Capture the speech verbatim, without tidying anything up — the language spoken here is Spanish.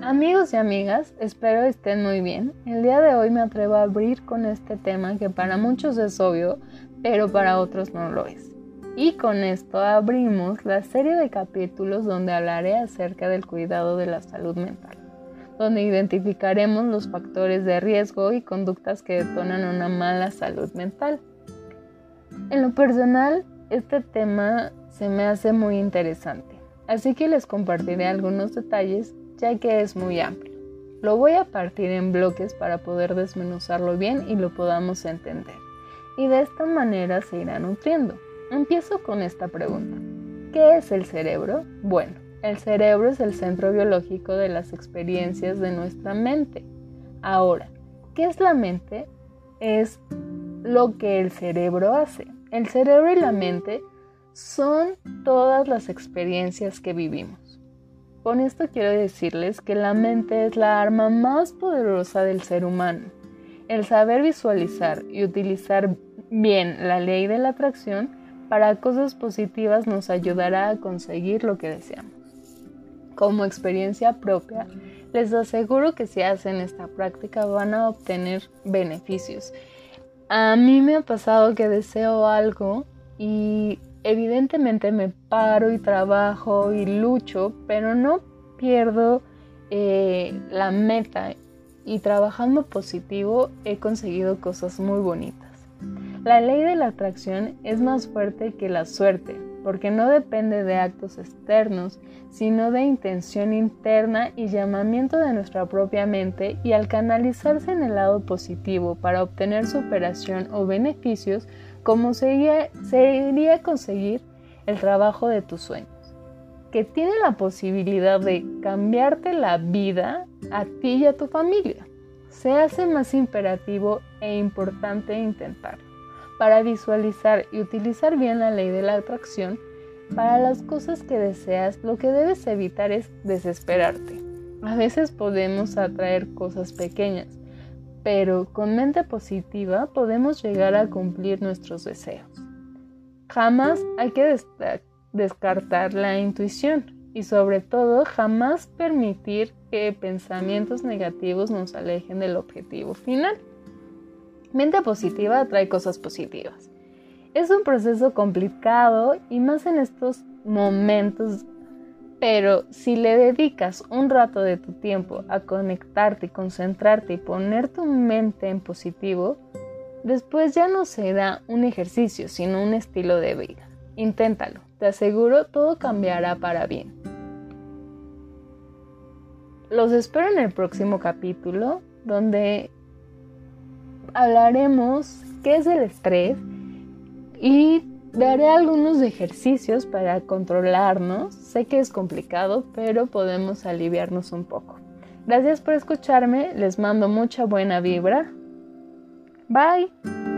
Amigos y amigas, espero estén muy bien. El día de hoy me atrevo a abrir con este tema que para muchos es obvio, pero para otros no lo es. Y con esto abrimos la serie de capítulos donde hablaré acerca del cuidado de la salud mental, donde identificaremos los factores de riesgo y conductas que detonan una mala salud mental. En lo personal, este tema se me hace muy interesante, así que les compartiré algunos detalles ya que es muy amplio. Lo voy a partir en bloques para poder desmenuzarlo bien y lo podamos entender. Y de esta manera se irá nutriendo. Empiezo con esta pregunta. ¿Qué es el cerebro? Bueno, el cerebro es el centro biológico de las experiencias de nuestra mente. Ahora, ¿qué es la mente? Es lo que el cerebro hace. El cerebro y la mente son todas las experiencias que vivimos. Con esto quiero decirles que la mente es la arma más poderosa del ser humano. El saber visualizar y utilizar bien la ley de la atracción para cosas positivas nos ayudará a conseguir lo que deseamos. Como experiencia propia, les aseguro que si hacen esta práctica van a obtener beneficios. A mí me ha pasado que deseo algo y evidentemente me paro y trabajo y lucho, pero no pierdo eh, la meta y trabajando positivo he conseguido cosas muy bonitas. La ley de la atracción es más fuerte que la suerte, porque no depende de actos externos, sino de intención interna y llamamiento de nuestra propia mente, y al canalizarse en el lado positivo para obtener superación o beneficios, como sería, sería conseguir el trabajo de tus sueños, que tiene la posibilidad de cambiarte la vida a ti y a tu familia. Se hace más imperativo e importante intentarlo, para visualizar y utilizar bien la ley de la atracción. Para las cosas que deseas, lo que debes evitar es desesperarte. A veces podemos atraer cosas pequeñas, pero con mente positiva podemos llegar a cumplir nuestros deseos. Jamás hay que des- descartar la intuición y sobre todo jamás permitir que pensamientos negativos nos alejen del objetivo final. Mente positiva atrae cosas positivas. Es un proceso complicado y más en estos momentos, pero si le dedicas un rato de tu tiempo a conectarte y concentrarte y poner tu mente en positivo, después ya no será un ejercicio, sino un estilo de vida. Inténtalo, te aseguro todo cambiará para bien. Los espero en el próximo capítulo, donde hablaremos qué es el estrés y daré algunos ejercicios para controlarnos. Sé que es complicado, pero podemos aliviarnos un poco. Gracias por escucharme, les mando mucha buena vibra. Bye.